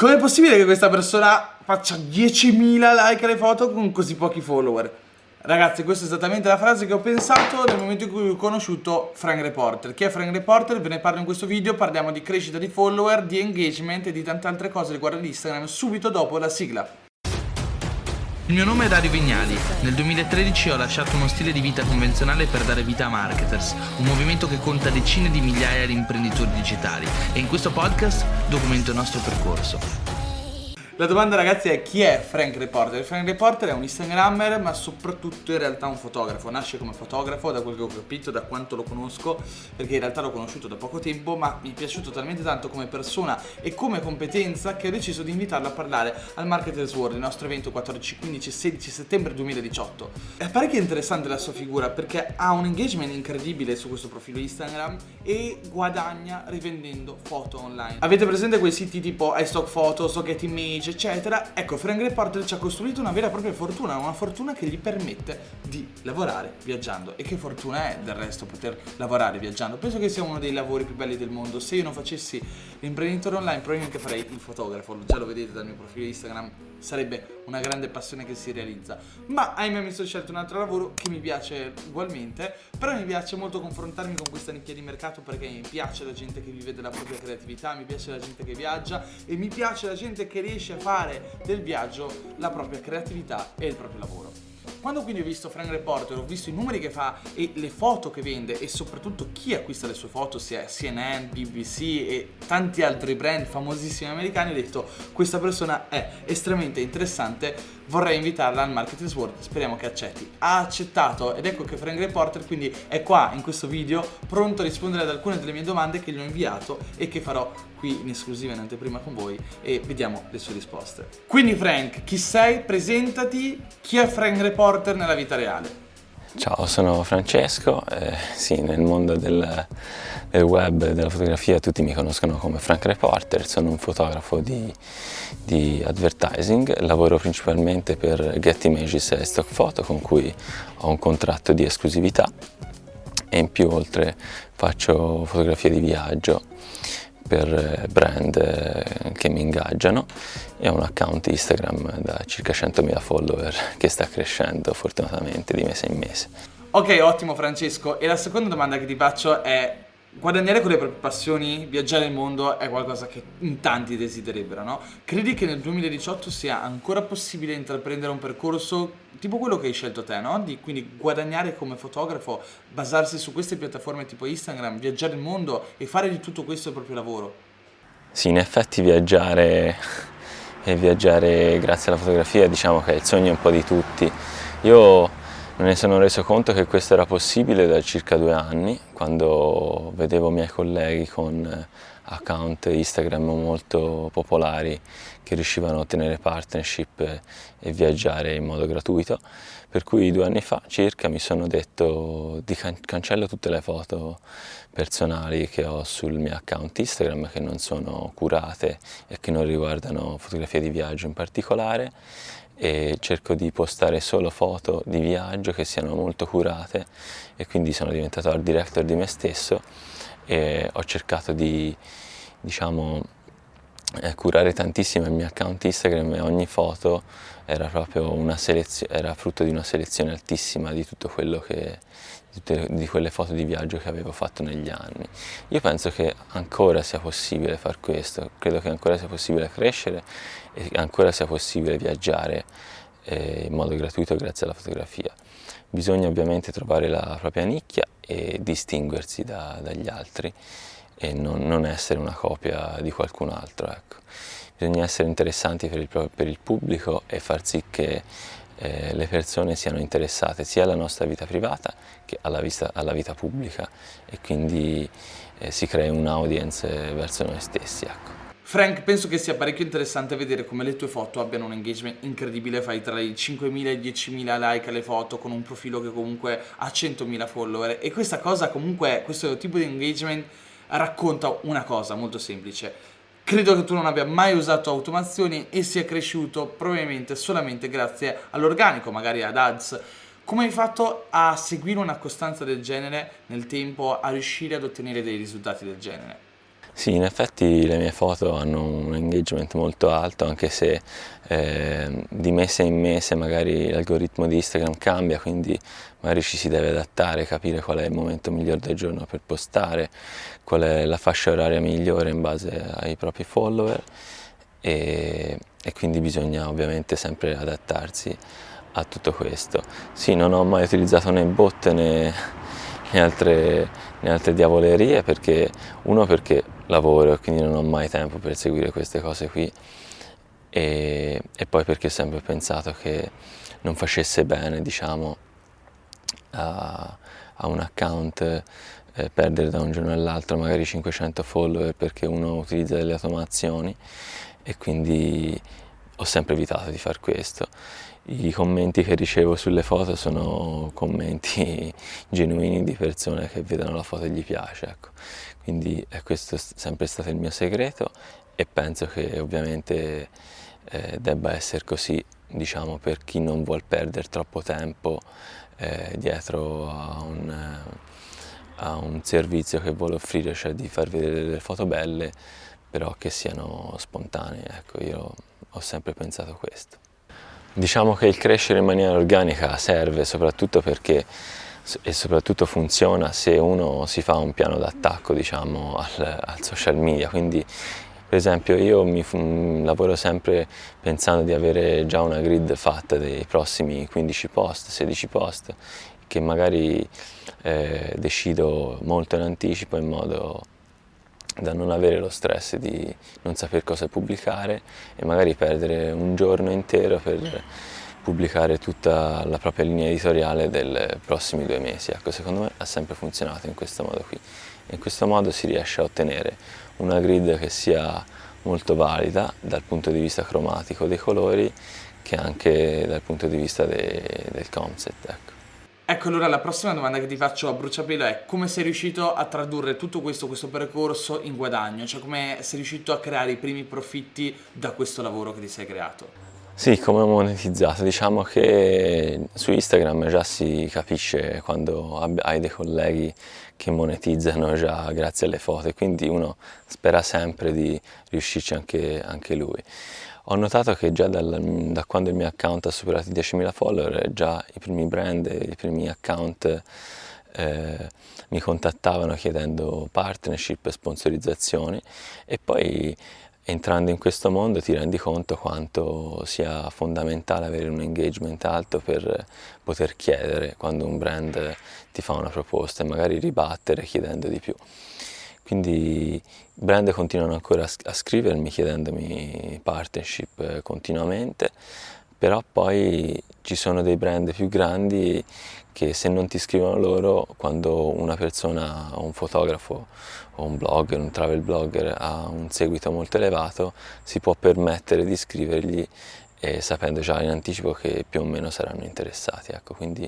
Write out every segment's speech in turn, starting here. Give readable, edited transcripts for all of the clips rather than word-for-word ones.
Com'è possibile che questa persona faccia 10.000 like alle foto con così pochi follower? Ragazzi, questa è esattamente la frase che ho pensato nel momento in cui ho conosciuto Frank Reporter. Chi è Frank Reporter? Ve ne parlo in questo video, parliamo di crescita di follower, di engagement e di tante altre cose riguardo l'Instagram subito dopo la sigla. Il mio nome è Dario Vignali. Nel 2013 ho lasciato uno stile di vita convenzionale per dare vita a Marketers, un movimento che conta decine di migliaia di imprenditori digitali, e in questo podcast documento il nostro percorso. La domanda, ragazzi, è: chi è Frank Reporter? Frank Reporter è un Instagrammer, ma soprattutto in realtà un fotografo. Nasce come fotografo, da quel che ho capito, da quanto lo conosco, perché in realtà l'ho conosciuto da poco tempo, ma mi è piaciuto talmente tanto come persona e come competenza che ho deciso di invitarlo a parlare al Marketers World, il nostro evento 14, 15 e 16 settembre 2018. È parecchio interessante la sua figura perché ha un engagement incredibile su questo profilo Instagram e guadagna rivendendo foto online. Avete presente quei siti tipo iStock Photos o Get Image, eccetera? Ecco, Frank Reporter ci ha costruito una vera e propria fortuna, una fortuna che gli permette di lavorare viaggiando. E che fortuna è del resto poter lavorare viaggiando? Penso che sia uno dei lavori più belli del mondo. Se io non facessi l'imprenditore online, probabilmente farei il fotografo. Già lo vedete dal mio profilo Instagram, sarebbe una grande passione che si realizza. Ma ahimè mi sono scelto un altro lavoro che mi piace ugualmente, però mi piace molto confrontarmi con questa nicchia di mercato perché mi piace la gente che vive della propria creatività, mi piace la gente che viaggia e mi piace la gente che riesce a fare del viaggio la propria creatività e il proprio lavoro. Quando quindi ho visto Frank Reporter, ho visto i numeri che fa e le foto che vende e soprattutto chi acquista le sue foto, sia CNN, BBC e tanti altri brand famosissimi americani, ho detto: questa persona è estremamente interessante, vorrei invitarla al Marketers World, speriamo che accetti. Ha accettato ed ecco che Frank Reporter quindi è qua in questo video pronto a rispondere ad alcune delle mie domande che gli ho inviato e che farò qui in esclusiva in anteprima con voi e vediamo le sue risposte. Quindi Frank, chi sei? Presentati, chi è Frank Reporter nella vita reale? Ciao, sono Francesco, sì, nel mondo del web e della fotografia tutti mi conoscono come Frank Reporter, sono un fotografo di advertising, lavoro principalmente per Get Images e Stock Photo con cui ho un contratto di esclusività e in più oltre faccio fotografie di viaggio per brand che mi ingaggiano e ho un account Instagram da circa 100.000 follower che sta crescendo fortunatamente di mese in mese. Ok, ottimo Francesco, e la seconda domanda che ti faccio è: guadagnare con le proprie passioni, viaggiare il mondo è qualcosa che in tanti desiderebbero, no? Credi che nel 2018 sia ancora possibile intraprendere un percorso tipo quello che hai scelto te, no? Di quindi guadagnare come fotografo, basarsi su queste piattaforme tipo Instagram, viaggiare il mondo e fare di tutto questo il proprio lavoro? Sì, in effetti viaggiare grazie alla fotografia diciamo che è il sogno un po' di tutti. Io me ne sono reso conto che questo era possibile da circa 2 anni, quando vedevo miei colleghi con account Instagram molto popolari che riuscivano a ottenere partnership e viaggiare in modo gratuito, per cui 2 anni fa circa mi sono detto di cancello tutte le foto personali che ho sul mio account Instagram che non sono curate e che non riguardano fotografie di viaggio in particolare, e cerco di postare solo foto di viaggio che siano molto curate, e quindi sono diventato art director di me stesso e ho cercato di, diciamo, curare tantissimo il mio account Instagram, e ogni foto era proprio era frutto di una selezione altissima di tutto quello di quelle foto di viaggio che avevo fatto negli anni. Io penso che ancora sia possibile far questo, credo che ancora sia possibile crescere e ancora sia possibile viaggiare in modo gratuito grazie alla fotografia. Bisogna ovviamente trovare la propria nicchia e distinguersi dagli altri e non essere una copia di qualcun altro, ecco. Bisogna essere interessanti per il pubblico e far sì che le persone siano interessate sia alla nostra vita privata che alla vita pubblica, e quindi si crei un'audience verso noi stessi, ecco. Frank, penso che sia parecchio interessante vedere come le tue foto abbiano un engagement incredibile, fai tra i 5.000 e i 10.000 like alle foto con un profilo che comunque ha 100.000 follower, e questa cosa comunque, questo tipo di engagement racconta una cosa molto semplice. Credo che tu non abbia mai usato automazioni e sia cresciuto probabilmente solamente grazie all'organico, magari ad ads. Come hai fatto a seguire una costanza del genere nel tempo, a riuscire ad ottenere dei risultati del genere? Sì, in effetti le mie foto hanno un engagement molto alto, anche se di mese in mese magari l'algoritmo di Instagram cambia, quindi magari ci si deve adattare, capire qual è il momento migliore del giorno per postare, qual è la fascia oraria migliore in base ai propri follower e quindi bisogna ovviamente sempre adattarsi a tutto questo. Sì, non ho mai utilizzato né bot né altre diavolerie perché lavoro e quindi non ho mai tempo per seguire queste cose qui e poi perché ho sempre pensato che non facesse bene, diciamo, a un account perdere da un giorno all'altro magari 500 follower perché uno utilizza delle automazioni e quindi ho sempre evitato di far questo. I commenti che ricevo sulle foto sono commenti genuini di persone che vedono la foto e gli piace, ecco. Quindi questo è sempre stato il mio segreto e penso che ovviamente debba essere così, diciamo, per chi non vuol perdere troppo tempo dietro a un servizio che vuole offrire, cioè di far vedere delle foto belle, però che siano spontanee, ecco, io ho sempre pensato questo. Diciamo che il crescere in maniera organica serve soprattutto perché e soprattutto funziona se uno si fa un piano d'attacco, diciamo, al social media, quindi per esempio io lavoro sempre pensando di avere già una grid fatta dei prossimi 15 post, 16 post, che magari decido molto in anticipo in modo da non avere lo stress di non saper cosa pubblicare e magari perdere un giorno intero per pubblicare tutta la propria linea editoriale dei prossimi 2 mesi. Ecco, secondo me ha sempre funzionato in questo modo qui. In questo modo si riesce a ottenere una grid che sia molto valida dal punto di vista cromatico dei colori che anche dal punto di vista del concept. Ecco. Ecco, allora la prossima domanda che ti faccio a bruciapelo è: come sei riuscito a tradurre tutto questo percorso in guadagno? Cioè, come sei riuscito a creare i primi profitti da questo lavoro che ti sei creato? Sì, come ho monetizzato? Diciamo che su Instagram già si capisce quando hai dei colleghi che monetizzano già grazie alle foto e quindi uno spera sempre di riuscirci anche lui. Ho notato che già da quando il mio account ha superato i 10.000 follower, già i primi brand, i primi account mi contattavano chiedendo partnership e sponsorizzazioni e poi entrando in questo mondo ti rendi conto quanto sia fondamentale avere un engagement alto per poter chiedere quando un brand ti fa una proposta e magari ribattere chiedendo di più. Quindi i brand continuano ancora a scrivermi chiedendomi partnership continuamente, però poi ci sono dei brand più grandi che se non ti scrivono loro, quando una persona o un fotografo o un blogger, un travel blogger ha un seguito molto elevato, si può permettere di scrivergli sapendo già in anticipo che più o meno saranno interessati. Ecco, quindi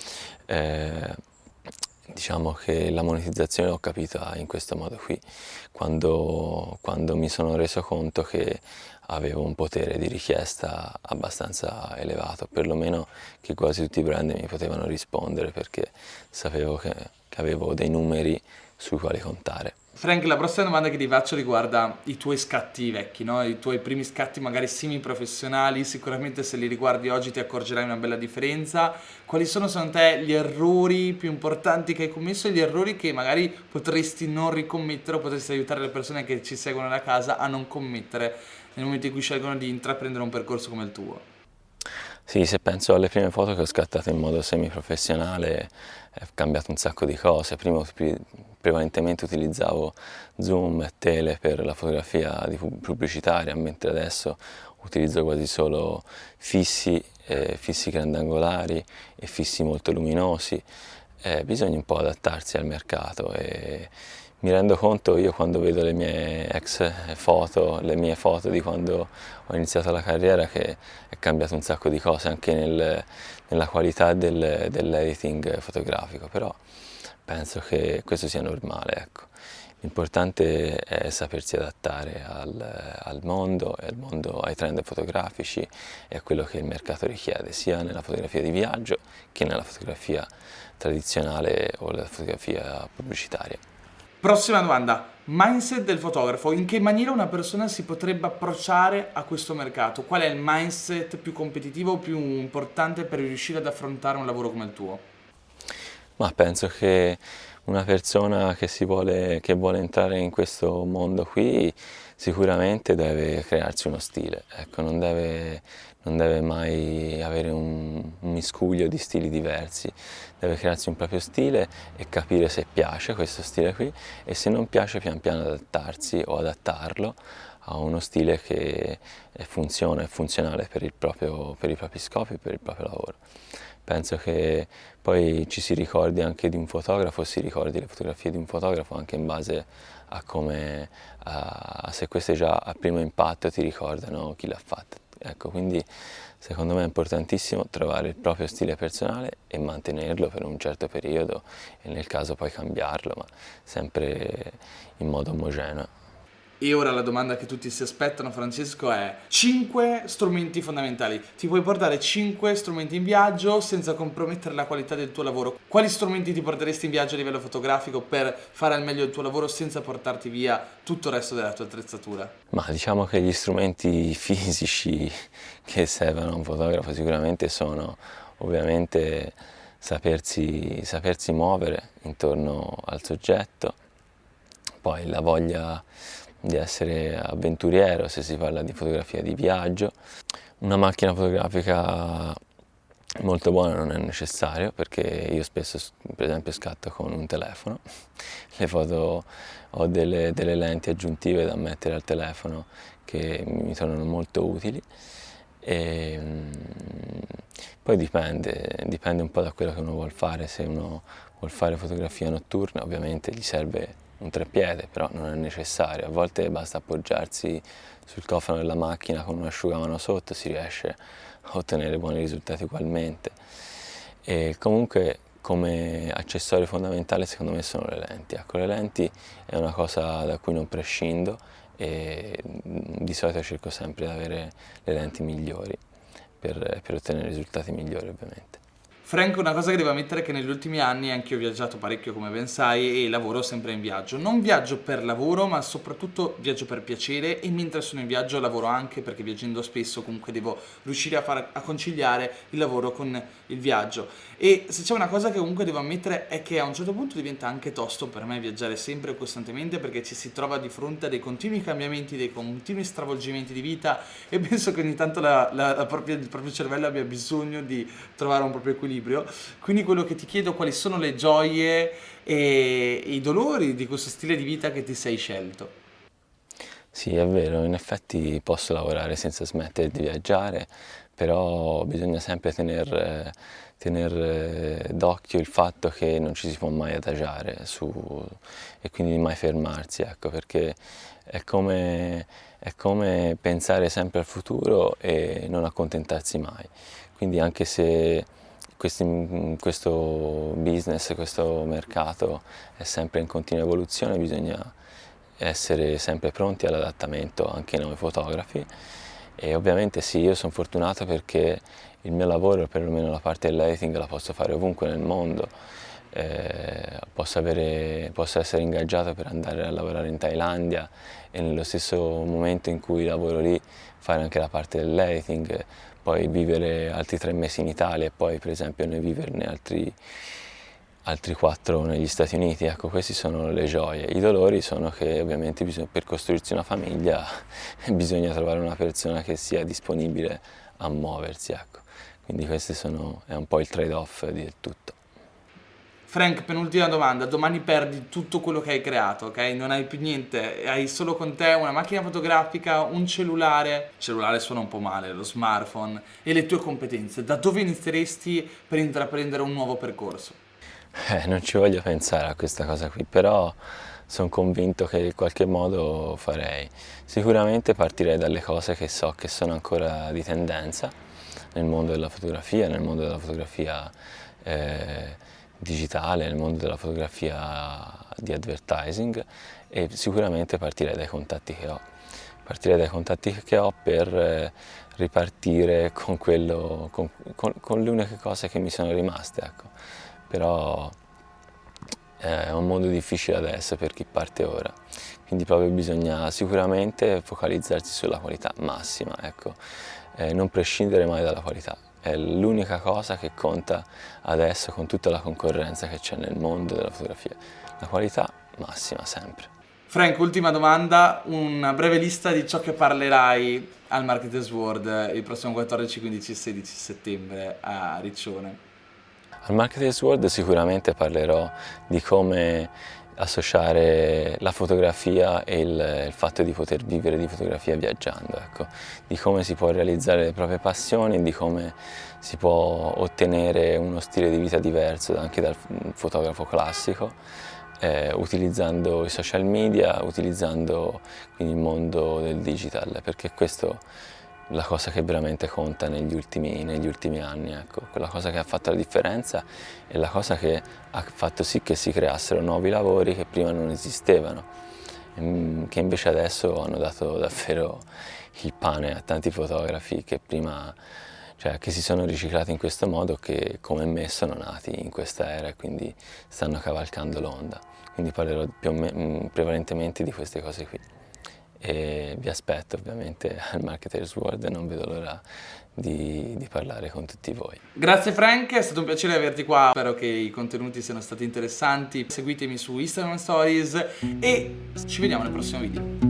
diciamo che la monetizzazione l'ho capita in questo modo qui, quando mi sono reso conto che avevo un potere di richiesta abbastanza elevato, perlomeno che quasi tutti i brand mi potevano rispondere perché sapevo che avevo dei numeri sui quali contare. Frank, la prossima domanda che ti faccio riguarda i tuoi scatti vecchi, no? I tuoi primi scatti magari semi-professionali, sicuramente se li riguardi oggi ti accorgerai una bella differenza. Quali sono secondo te gli errori più importanti che hai commesso e gli errori che magari potresti non ricommettere o potresti aiutare le persone che ci seguono da casa a non commettere nel momento in cui scelgono di intraprendere un percorso come il tuo? Sì, se penso alle prime foto che ho scattato in modo semi-professionale, è cambiato un sacco di cose. Prima prevalentemente utilizzavo zoom e tele per la fotografia pubblicitaria, mentre adesso utilizzo quasi solo fissi grandangolari e fissi molto luminosi. Bisogna un po' adattarsi al mercato e mi rendo conto io quando vedo le mie ex foto, le mie foto di quando ho iniziato la carriera che è cambiato un sacco di cose anche nella qualità dell'editing fotografico, però penso che questo sia normale, ecco. L'importante è sapersi adattare al mondo, ai trend fotografici e a quello che il mercato richiede, sia nella fotografia di viaggio che nella fotografia tradizionale o la fotografia pubblicitaria. Prossima domanda, mindset del fotografo, in che maniera una persona si potrebbe approcciare a questo mercato? Qual è il mindset più competitivo, più importante per riuscire ad affrontare un lavoro come il tuo? Ma penso che una persona che vuole entrare in questo mondo qui sicuramente deve crearsi uno stile, ecco, non deve mai avere un miscuglio di stili diversi, deve crearsi un proprio stile e capire se piace questo stile qui e se non piace pian piano adattarsi o adattarlo a uno stile che funziona, è funzionale per per i propri scopi, per il proprio lavoro. Penso che poi ci si ricordi anche di un fotografo, si ricordi le fotografie di un fotografo anche in base a come, se queste già a primo impatto ti ricordano chi l'ha fatta. Ecco, quindi secondo me è importantissimo trovare il proprio stile personale e mantenerlo per un certo periodo e nel caso poi cambiarlo, ma sempre in modo omogeneo. E ora la domanda che tutti si aspettano, Francesco, è 5 strumenti fondamentali. Ti puoi portare 5 strumenti in viaggio senza compromettere la qualità del tuo lavoro. Quali strumenti ti porteresti in viaggio a livello fotografico per fare al meglio il tuo lavoro senza portarti via tutto il resto della tua attrezzatura? Ma diciamo che gli strumenti fisici che servono a un fotografo sicuramente sono ovviamente sapersi muovere intorno al soggetto, poi la voglia di essere avventuriero se si parla di fotografia di viaggio. Una macchina fotografica molto buona non è necessario perché io spesso per esempio scatto con un telefono, le foto ho delle lenti aggiuntive da mettere al telefono che mi tornano molto utili e poi dipende un po' da quello che uno vuole fare, se uno vuole fare fotografia notturna ovviamente gli serve un treppiede, però non è necessario, a volte basta appoggiarsi sul cofano della macchina con un asciugamano sotto, si riesce a ottenere buoni risultati ugualmente. E comunque come accessorio fondamentale secondo me sono le lenti. Ecco, le lenti è una cosa da cui non prescindo e di solito cerco sempre di avere le lenti migliori per ottenere risultati migliori ovviamente. Frank, una cosa che devo ammettere è che negli ultimi anni anche io ho viaggiato parecchio, come ben sai, e lavoro sempre in viaggio. Non viaggio per lavoro, ma soprattutto viaggio per piacere e mentre sono in viaggio lavoro anche perché viaggiando spesso comunque devo riuscire a conciliare il lavoro con il viaggio. E se c'è una cosa che comunque devo ammettere è che a un certo punto diventa anche tosto per me viaggiare sempre e costantemente perché ci si trova di fronte a dei continui cambiamenti, dei continui stravolgimenti di vita e penso che ogni tanto il proprio cervello abbia bisogno di trovare un proprio equilibrio. Quindi quello che ti chiedo, quali sono le gioie e i dolori di questo stile di vita che ti sei scelto? Sì, è vero, in effetti posso lavorare senza smettere di viaggiare, però bisogna sempre tener d'occhio il fatto che non ci si può mai adagiare e quindi mai fermarsi, ecco, perché è come pensare sempre al futuro e non accontentarsi mai. Quindi anche se questo business, questo mercato è sempre in continua evoluzione, bisogna essere sempre pronti all'adattamento anche noi fotografi e ovviamente sì, io sono fortunato perché il mio lavoro, perlomeno la parte dell'editing, la posso fare ovunque nel mondo. Posso essere ingaggiato per andare a lavorare in Thailandia e nello stesso momento in cui lavoro lì fare anche la parte dell'editing, poi vivere altri 3 mesi in Italia e poi per esempio ne viverne altri 4 negli Stati Uniti. Ecco, queste sono le gioie. I dolori sono che ovviamente per costruirsi una famiglia bisogna trovare una persona che sia disponibile a muoversi, ecco. Quindi è un po' il trade-off del tutto. Frank, penultima domanda. Domani perdi tutto quello che hai creato, ok? Non hai più niente, hai solo con te una macchina fotografica, un cellulare. Il cellulare suona un po' male, lo smartphone e le tue competenze. Da dove inizieresti per intraprendere un nuovo percorso? Non ci voglio pensare a questa cosa qui, però sono convinto che in qualche modo farei. Sicuramente partirei dalle cose che so che sono ancora di tendenza nel mondo della fotografia, nel mondo della fotografia digitale, nel mondo della fotografia di advertising e sicuramente partirei dai contatti che ho. Partirei dai contatti che ho per ripartire con con le uniche cose che mi sono rimaste, ecco. Però è un mondo difficile adesso per chi parte ora, quindi proprio bisogna sicuramente focalizzarsi sulla qualità massima, ecco, non prescindere mai dalla qualità. È l'unica cosa che conta adesso con tutta la concorrenza che c'è nel mondo della fotografia. La qualità massima sempre. Frank, ultima domanda, una breve lista di ciò che parlerai al Marketers World il prossimo 14, 15 e 16 settembre a Riccione. Al Marketers World sicuramente parlerò di come associare la fotografia e il fatto di poter vivere di fotografia viaggiando, ecco, di come si può realizzare le proprie passioni, di come si può ottenere uno stile di vita diverso anche dal fotografo classico, utilizzando i social media, utilizzando quindi il mondo del digital, perché questo la cosa che veramente conta negli ultimi anni, ecco. Quella cosa che ha fatto la differenza è la cosa che ha fatto sì che si creassero nuovi lavori che prima non esistevano, che invece adesso hanno dato davvero il pane a tanti fotografi che prima, cioè, che si sono riciclati in questo modo, che come me sono nati in questa era e quindi stanno cavalcando l'onda. Quindi parlerò prevalentemente di queste cose qui. E vi aspetto ovviamente al Marketers World e non vedo l'ora di parlare con tutti voi. Grazie Frank, è stato un piacere averti qua, spero che i contenuti siano stati interessanti. Seguitemi su Instagram Stories e ci vediamo nel prossimo video.